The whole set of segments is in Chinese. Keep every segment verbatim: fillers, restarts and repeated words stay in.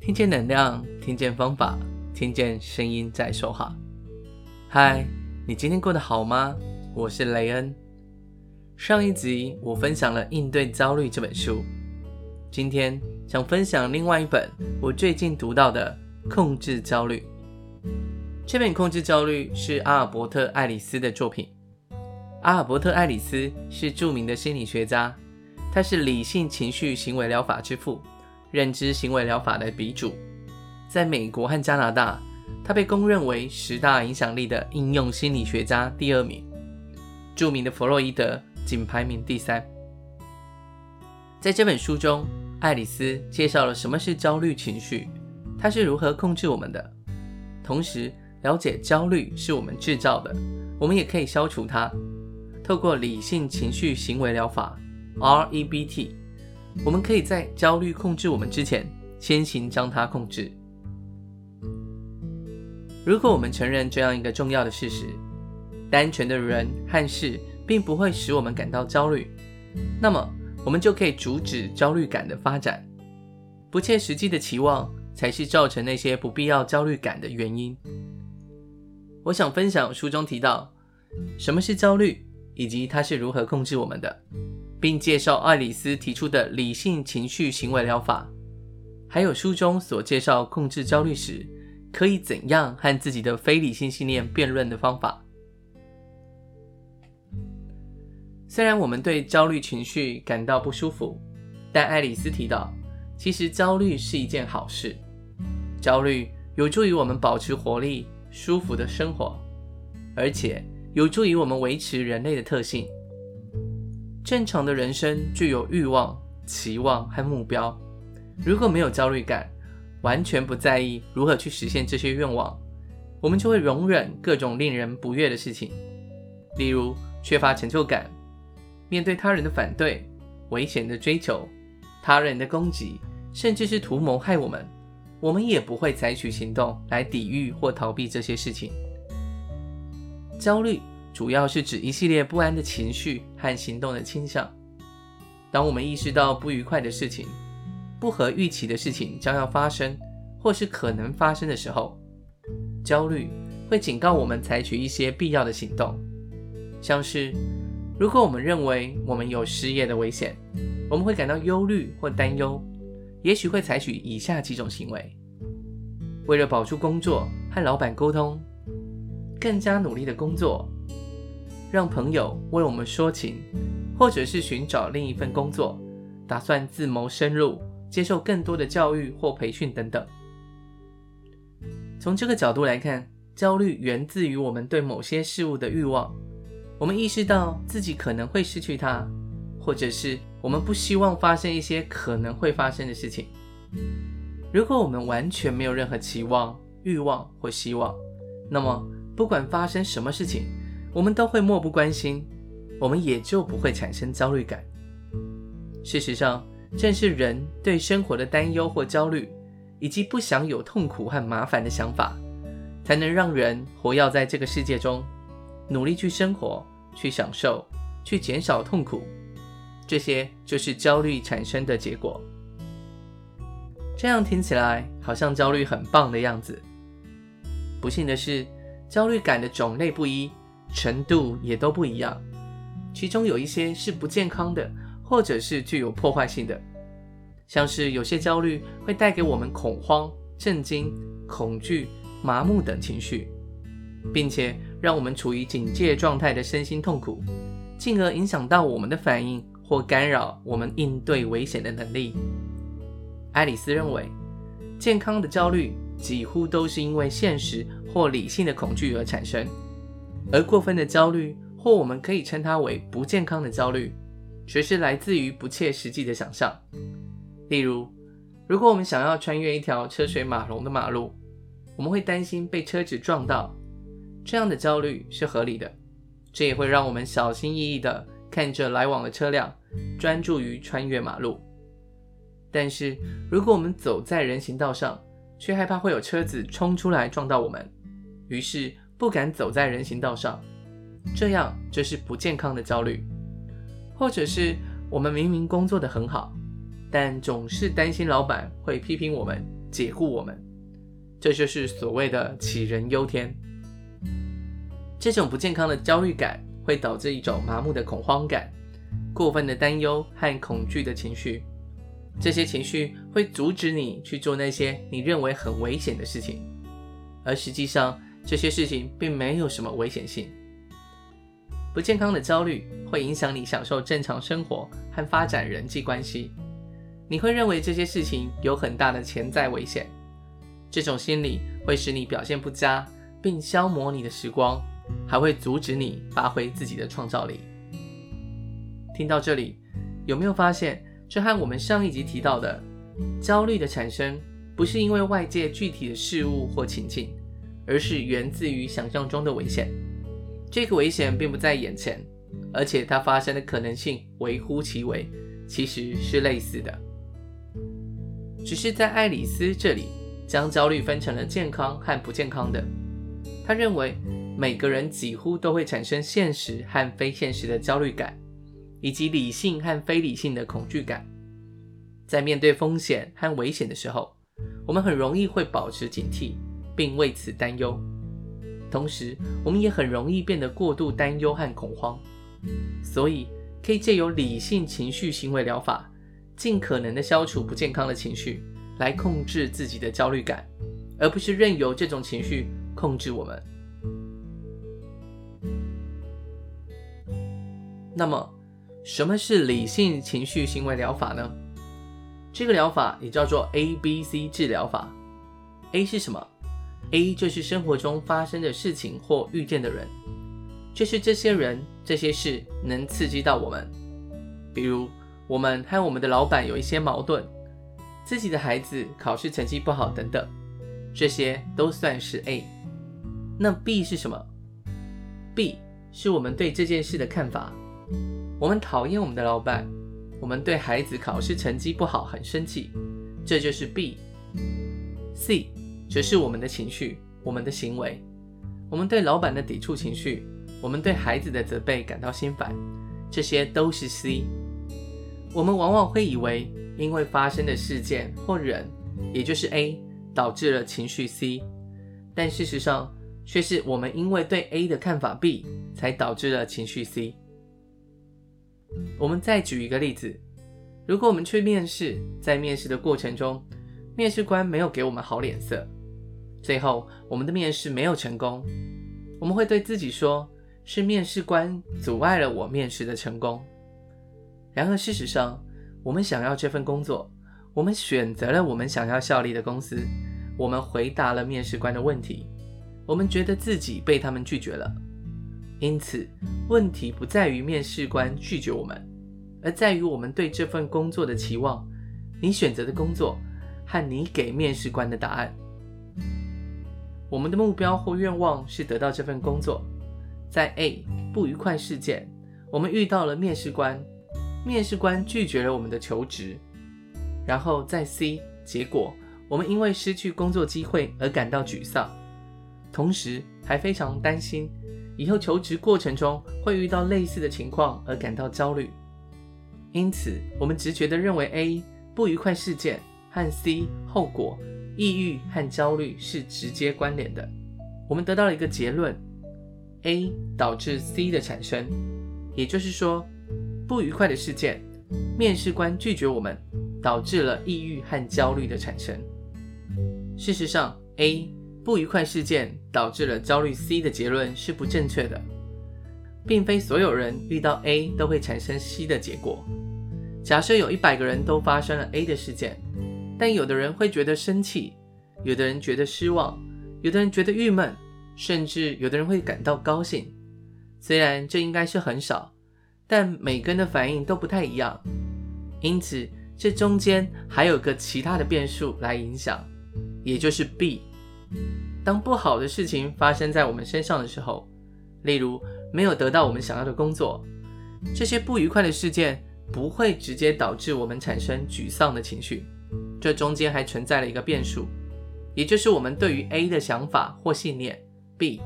听见能量，听见方法，听见声音在说话。嗨，你今天过得好吗？我是雷恩。上一集我分享了《应对焦虑》这本书，今天想分享另外一本我最近读到的《控制焦虑》。这本《控制焦虑》是阿尔伯特·爱里斯的作品。阿尔伯特·爱里斯是著名的心理学家，他是理性情绪行为疗法之父，认知行为疗法的鼻祖。在美国和加拿大，他被公认为十大影响力的应用心理学家第二名，著名的弗洛伊德仅排名第三。在这本书中，爱里斯介绍了什么是焦虑情绪，它是如何控制我们的，同时了解焦虑是我们制造的，我们也可以消除它。透过理性情绪行为疗法 R E B T， 我们可以在焦虑控制我们之前，先行将它控制。如果我们承认这样一个重要的事实，单纯的人和事并不会使我们感到焦虑，那么我们就可以阻止焦虑感的发展。不切实际的期望才是造成那些不必要焦虑感的原因。我想分享书中提到什么是焦虑，以及它是如何控制我们的，并介绍爱里斯提出的理性情绪行为疗法，还有书中所介绍控制焦虑时可以怎样和自己的非理性信念辩论的方法。虽然我们对焦虑情绪感到不舒服，但爱里斯提到，其实焦虑是一件好事。焦虑有助于我们保持活力、舒服的生活，而且有助于我们维持人类的特性。正常的人生具有欲望、期望和目标。如果没有焦虑感，完全不在意如何去实现这些愿望，我们就会容忍各种令人不悦的事情，例如缺乏成就感，面对他人的反对、危险的追求、他人的攻击，甚至是图谋害我们，我们也不会采取行动来抵御或逃避这些事情。焦虑主要是指一系列不安的情绪和行动的倾向。当我们意识到不愉快的事情、不合预期的事情将要发生，或是可能发生的时候，焦虑会警告我们采取一些必要的行动。像是如果我们认为我们有失业的危险，我们会感到忧虑或担忧，也许会采取以下几种行为：为了保住工作，和老板沟通，更加努力的工作，让朋友为我们说情，或者是寻找另一份工作，打算自谋生路，接受更多的教育或培训等等。从这个角度来看，焦虑源自于我们对某些事物的欲望，我们意识到自己可能会失去它，或者是我们不希望发生一些可能会发生的事情。如果我们完全没有任何期望、欲望或希望，那么不管发生什么事情，我们都会漠不关心，我们也就不会产生焦虑感。事实上，正是人对生活的担忧或焦虑，以及不想有痛苦和麻烦的想法，才能让人活跃在这个世界中，努力去生活、去享受、去减少痛苦。这些就是焦虑产生的结果。这样听起来好像焦虑很棒的样子。不幸的是，焦虑感的种类不一，程度也都不一样，其中有一些是不健康的，或者是具有破坏性的。像是有些焦虑会带给我们恐慌、震惊、恐惧、麻木等情绪，并且让我们处于警戒状态的身心痛苦，进而影响到我们的反应或干扰我们应对危险的能力。爱里斯认为，健康的焦虑几乎都是因为现实或理性的恐惧而产生，而过分的焦虑，或我们可以称它为不健康的焦虑，却是来自于不切实际的想象。例如，如果我们想要穿越一条车水马龙的马路，我们会担心被车子撞到，这样的焦虑是合理的，这也会让我们小心翼翼地看着来往的车辆，专注于穿越马路。但是如果我们走在人行道上，却害怕会有车子冲出来撞到我们，于是不敢走在人行道上，这样就是不健康的焦虑。或者是我们明明工作得很好，但总是担心老板会批评我们， 解雇我们。这就是所谓的杞人忧天。这种不健康的焦虑感会导致一种麻木的恐慌感、过分的担忧和恐惧的情绪。这些情绪会阻止你去做那些你认为很危险的事情，而实际上这些事情并没有什么危险性。不健康的焦虑会影响你享受正常生活和发展人际关系，你会认为这些事情有很大的潜在危险。这种心理会使你表现不佳，并消磨你的时光，还会阻止你发挥自己的创造力。听到这里，有没有发现这和我们上一集提到的焦虑的产生不是因为外界具体的事物或情境，而是源自于想象中的危险。这个危险并不在眼前，而且它发生的可能性微乎其微，其实是类似的。只是在爱丽丝这里将焦虑分成了健康和不健康的。他认为每个人几乎都会产生现实和非现实的焦虑感，以及理性和非理性的恐惧感。在面对风险和危险的时候，我们很容易会保持警惕，并为此担忧。同时，我们也很容易变得过度担忧和恐慌。所以，可以借由理性情绪行为疗法，尽可能的消除不健康的情绪，来控制自己的焦虑感，而不是任由这种情绪控制我们。那么，什么是理性情绪行为疗法呢？这个疗法也叫做 A B C 治疗法。A 是什么？ A 就是生活中发生的事情或遇见的人，就是这些人、这些事能刺激到我们。比如，我们和我们的老板有一些矛盾，自己的孩子考试成绩不好等等，这些都算是 A。 那 B 是什么？ B 是我们对这件事的看法。我们讨厌我们的老板，我们对孩子考试成绩不好很生气，这就是 B。 C 则是我们的情绪，我们的行为。我们对老板的抵触情绪，我们对孩子的责备感到心烦，这些都是 C。 我们往往会以为因为发生的事件或人，也就是 A， 导致了情绪 C， 但事实上却是我们因为对 A 的看法 B， 才导致了情绪 C。 我们再举一个例子，如果我们去面试，在面试的过程中，面试官没有给我们好脸色，最后我们的面试没有成功，我们会对自己说，是面试官阻碍了我面试的成功。然而事实上，我们想要这份工作，我们选择了我们想要效力的公司，我们回答了面试官的问题，我们觉得自己被他们拒绝了。因此，问题不在于面试官拒绝我们，而在于我们对这份工作的期望，你选择的工作和你给面试官的答案。我们的目标或愿望是得到这份工作。在 A 不愉快事件，我们遇到了面试官，面试官拒绝了我们的求职。然后在 C 结果，我们因为失去工作机会而感到沮丧，同时还非常担心以后求职过程中会遇到类似的情况而感到焦虑。因此，我们直觉地认为 A 不愉快事件和 C 后果抑郁和焦虑是直接关联的。我们得到了一个结论， A 导致 C 的产生，也就是说，不愉快的事件，面试官拒绝我们，导致了抑郁和焦虑的产生。事实上， A 不愉快事件导致了焦虑 C 的结论是不正确的，并非所有人遇到 A 都会产生 C 的结果。假设有一百个人都发生了 A 的事件，但有的人会觉得生气，有的人觉得失望，有的人觉得郁闷，甚至有的人会感到高兴。虽然这应该是很少，但每个人的反应都不太一样，因此这中间还有个其他的变数来影响，也就是 B。 当不好的事情发生在我们身上的时候，例如没有得到我们想要的工作，这些不愉快的事件不会直接导致我们产生沮丧的情绪，这中间还存在了一个变数，也就是我们对于 A 的想法或信念 B。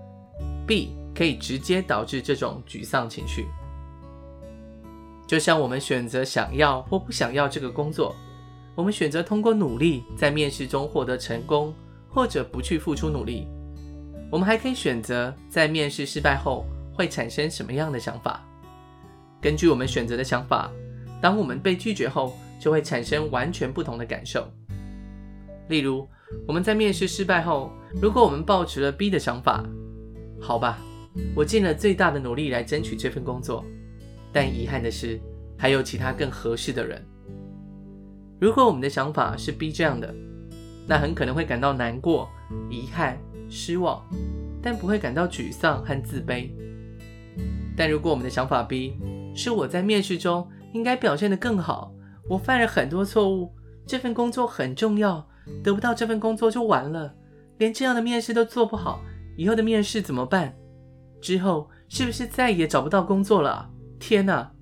B 可以直接导致这种沮丧情绪。就像我们选择想要或不想要这个工作， 我们选择通过努力在面试中获得成功，或者不去付出努力。我们还可以选择在面试失败后会产生什么样的想法。根据我们选择的想法，当我们被拒绝后，就会产生完全不同的感受。例如，我们在面试失败后，如果我们抱持了 B 的想法，好吧，我尽了最大的努力来争取这份工作，但遗憾的是，还有其他更合适的人。如果我们的想法是 B 这样的，那很可能会感到难过、遗憾、失望，但不会感到沮丧和自卑。但如果我们的想法 B 是我在面试中应该表现得更好，我犯了很多错误，这份工作很重要，得不到这份工作就完了，连这样的面试都做不好，以后的面试怎么办？之后是不是再也找不到工作了啊？天哪！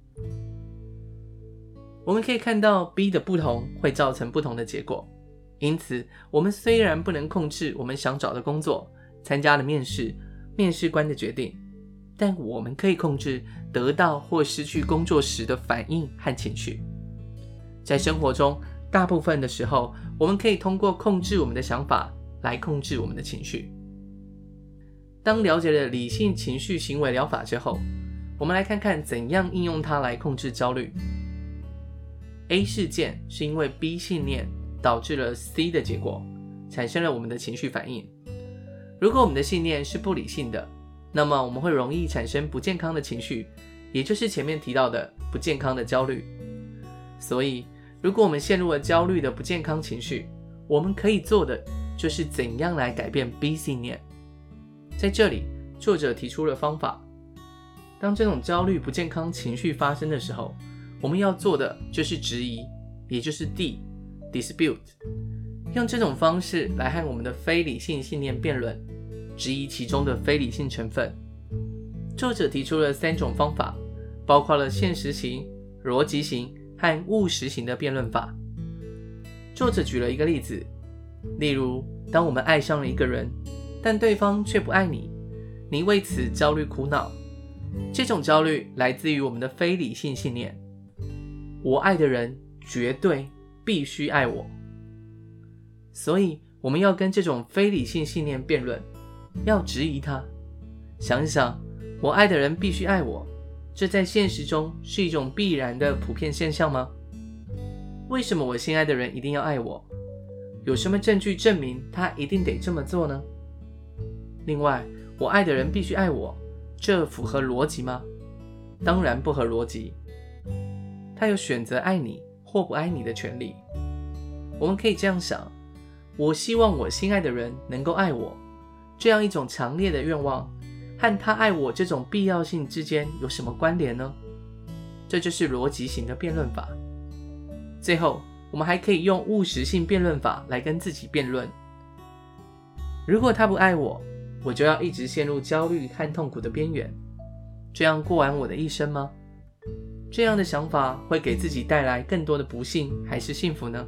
我们可以看到 B 的不同会造成不同的结果，因此我们虽然不能控制我们想找的工作、参加了面试、面试官的决定，但我们可以控制得到或失去工作时的反应和情绪。在生活中，大部分的时候，我们可以通过控制我们的想法来控制我们的情绪。当了解了理性情绪行为疗法之后，我们来看看怎样应用它来控制焦虑。A 事件是因为 B 信念导致了 C 的结果，产生了我们的情绪反应。如果我们的信念是不理性的，那么我们会容易产生不健康的情绪，也就是前面提到的不健康的焦虑。所以，如果我们陷入了焦虑的不健康情绪，我们可以做的就是怎样来改变 B 信念。在这里，作者提出了方法。当这种焦虑不健康情绪发生的时候，我们要做的就是质疑，也就是 D dispute， 用这种方式来和我们的非理性信念辩论，质疑其中的非理性成分。作者提出了三种方法，包括了现实型、逻辑型和务实型的辩论法。作者举了一个例子，例如，当我们爱上了一个人，但对方却不爱你，你为此焦虑苦恼。这种焦虑来自于我们的非理性信念，我爱的人绝对必须爱我。所以我们要跟这种非理性信念辩论，要质疑它。想一想，我爱的人必须爱我，这在现实中是一种必然的普遍现象吗？为什么我心爱的人一定要爱我？有什么证据证明他一定得这么做呢？另外，我爱的人必须爱我，这符合逻辑吗？当然不合逻辑。他有选择爱你或不爱你的权利。我们可以这样想，我希望我心爱的人能够爱我，这样一种强烈的愿望和他爱我这种必要性之间有什么关联呢？这就是逻辑型的辩论法。最后，我们还可以用务实性辩论法来跟自己辩论。如果他不爱我，我就要一直陷入焦虑和痛苦的边缘，这样过完我的一生吗？这样的想法会给自己带来更多的不幸还是幸福呢？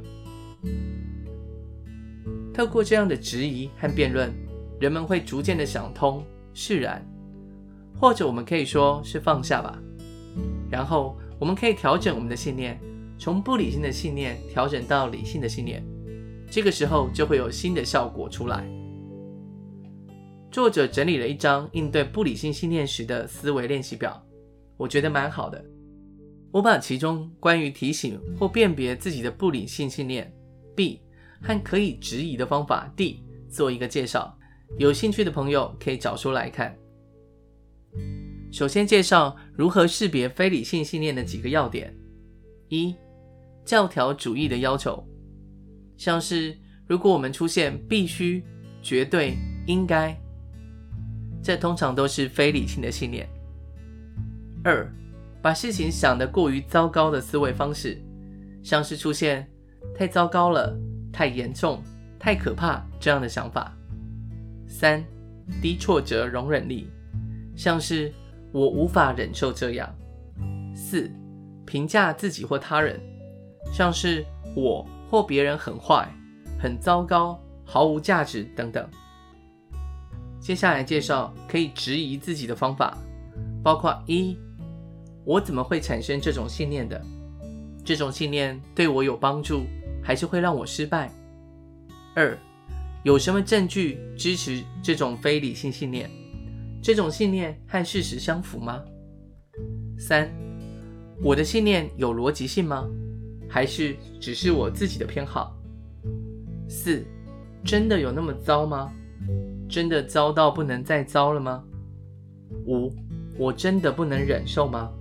透过这样的质疑和辩论，人们会逐渐的想通、释然，或者我们可以说是放下吧。然后我们可以调整我们的信念，从不理性的信念调整到理性的信念，这个时候就会有新的效果出来。作者整理了一张应对不理性信念时的思维练习表，我觉得蛮好的。我把其中关于提醒或辨别自己的不理性信念 B 和可以质疑的方法 D 做一个介绍，有兴趣的朋友可以找书来看。首先介绍如何识别非理性信念的几个要点。一、教条主义的要求，像是如果我们出现必须、绝对、应该，这通常都是非理性的信念。二、把事情想得过于糟糕的思维方式，像是出现太糟糕了、太严重、太可怕这样的想法。三、低挫折容忍力，像是我无法忍受这样。四、评价自己或他人，像是我或别人很坏、很糟糕、毫无价值等等。接下来介绍可以质疑自己的方法，包括一、我怎么会产生这种信念的？ 这种信念对我有帮助，还是会让我失败？二，有什么证据支持这种非理性信念？这种信念和事实相符吗？三，我的信念有逻辑性吗？还是只是我自己的偏好？四，真的有那么糟吗？真的糟到不能再糟了吗？五，我真的不能忍受吗？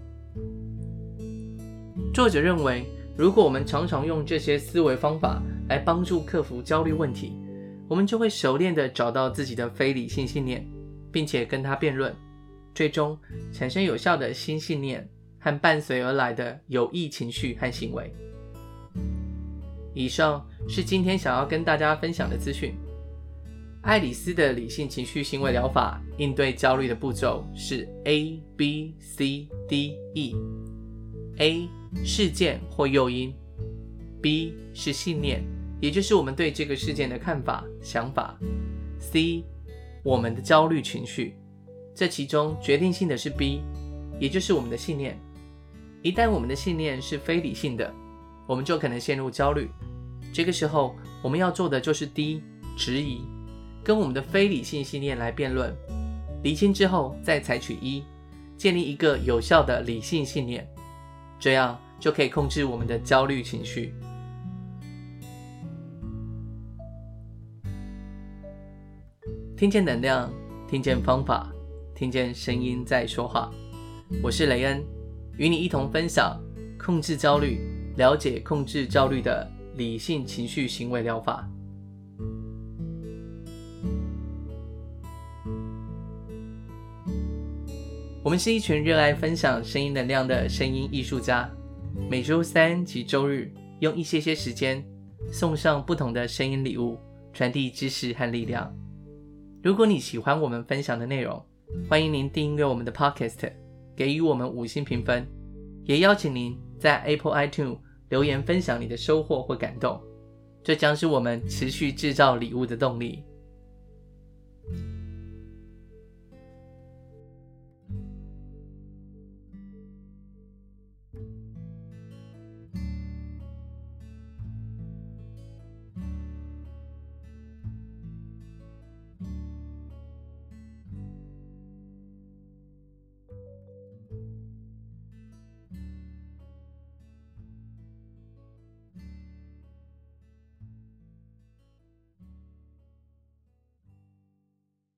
作者认为，如果我们常常用这些思维方法来帮助克服焦虑问题，我们就会熟练地找到自己的非理性信念，并且跟它辩论，最终产生有效的新信念和伴随而来的有益情绪和行为。以上是今天想要跟大家分享的资讯。爱丽丝的理性情绪行为疗法应对焦虑的步骤是 A B C D E。A 事件或诱因， B 是信念，也就是我们对这个事件的看法、想法， C 我们的焦虑情绪。这其中决定性的是 B， 也就是我们的信念。一旦我们的信念是非理性的，我们就可能陷入焦虑。这个时候我们要做的就是 D， 质疑，跟我们的非理性信念来辩论，厘清之后再采取 E， 建立一个有效的理性信念，这样就可以控制我们的焦虑情绪。听见能量，听见方法，听见声音在说话。我是雷恩，与你一同分享控制焦虑，了解控制焦虑的理性情绪行为疗法。我们是一群热爱分享声音能量的声音艺术家，每周三及周日用一些些时间送上不同的声音礼物，传递知识和力量。如果你喜欢我们分享的内容，欢迎您订阅我们的 Podcast， 给予我们五星评分，也邀请您在 Apple iTunes 留言分享你的收获或感动，这将是我们持续制造礼物的动力。